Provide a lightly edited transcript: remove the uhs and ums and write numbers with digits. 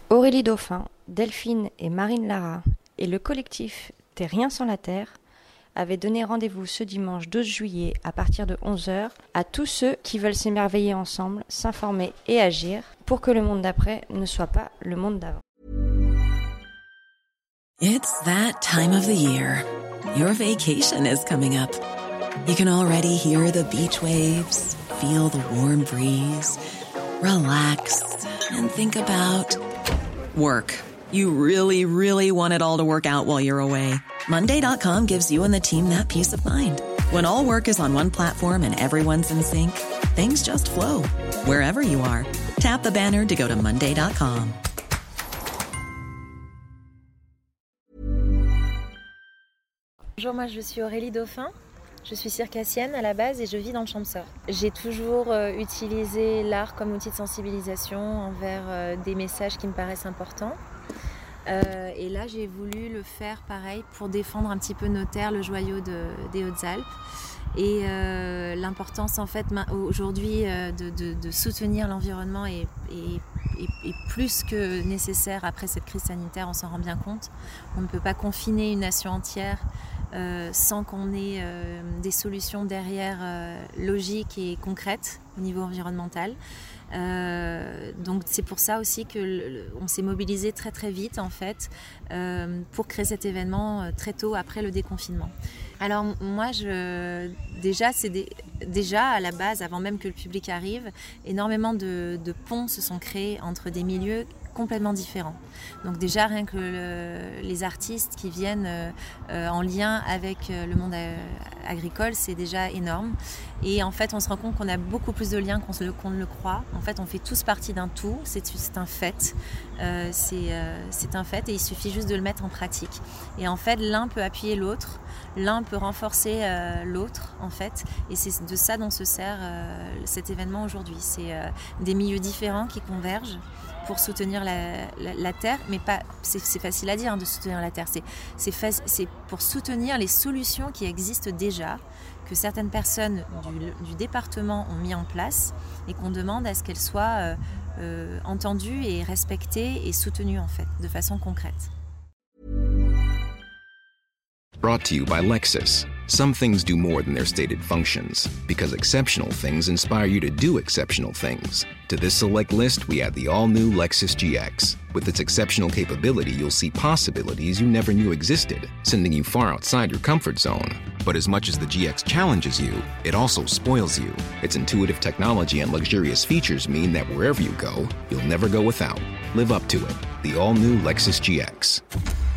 Aurélie Dauphin, Delphine et Marine Lara et le collectif T'es rien sans la Terre avaient donné rendez-vous ce dimanche 12 juillet à partir de 11h à tous ceux qui veulent s'émerveiller ensemble, s'informer et agir pour que le monde d'après ne soit pas le monde d'avant. It's that time of the year. Your vacation is coming up. You can already hear the beach waves, feel the warm breeze, relax and think about work. You really, really want it all to work out while you're away. Monday.com gives you and the team that peace of mind. When all work is on one platform and everyone's in sync, things just flow. Wherever you are, tap the banner to go to Monday.com. Bonjour, moi je suis Aurélie Dauphin. Je suis circassienne à la base et je vis dans le Champsaur. J'ai toujours utilisé l'art comme outil de sensibilisation envers des messages qui me paraissent importants. Et là, j'ai voulu le faire pareil pour défendre un petit peu nos terres, le joyau des Hautes-Alpes. Et l'importance en fait aujourd'hui de soutenir l'environnement est plus que nécessaire après cette crise sanitaire, on s'en rend bien compte. On ne peut pas confiner une nation entière sans qu'on ait des solutions derrière logiques et concrètes au niveau environnemental. Donc c'est pour ça aussi qu'on s'est mobilisé très très vite en fait pour créer cet événement très tôt après le déconfinement. Alors moi déjà à la base, avant même que le public arrive, énormément de ponts se sont créés entre des milieux complètement différents. Donc déjà rien que les artistes qui viennent en lien avec le monde agricole, c'est déjà énorme. Et en fait on se rend compte qu'on a beaucoup plus de liens qu'on ne le croit. En fait on fait tous partie d'un tout, c'est un fait. C'est un fait et il suffit juste de le mettre en pratique. Et en fait l'un peut appuyer l'autre, l'un peut renforcer l'autre en fait. Et c'est de ça dont se sert cet événement aujourd'hui. C'est des milieux différents qui convergent pour soutenir la terre, mais pas, c'est facile à dire de soutenir la terre, c'est pour soutenir les solutions qui existent déjà, que certaines personnes du département ont mis en place et qu'on demande à ce qu'elles soient entendues et respectées et soutenues en fait, de façon concrète. Brought to you by Lexus. Some things do more than their stated functions, because exceptional things inspire you to do exceptional things. To this select list, we add the all-new Lexus GX. With its exceptional capability, you'll see possibilities you never knew existed, sending you far outside your comfort zone. But as much as the GX challenges you, it also spoils you. Its intuitive technology and luxurious features mean that wherever you go, you'll never go without. Live up to it. The all-new Lexus GX.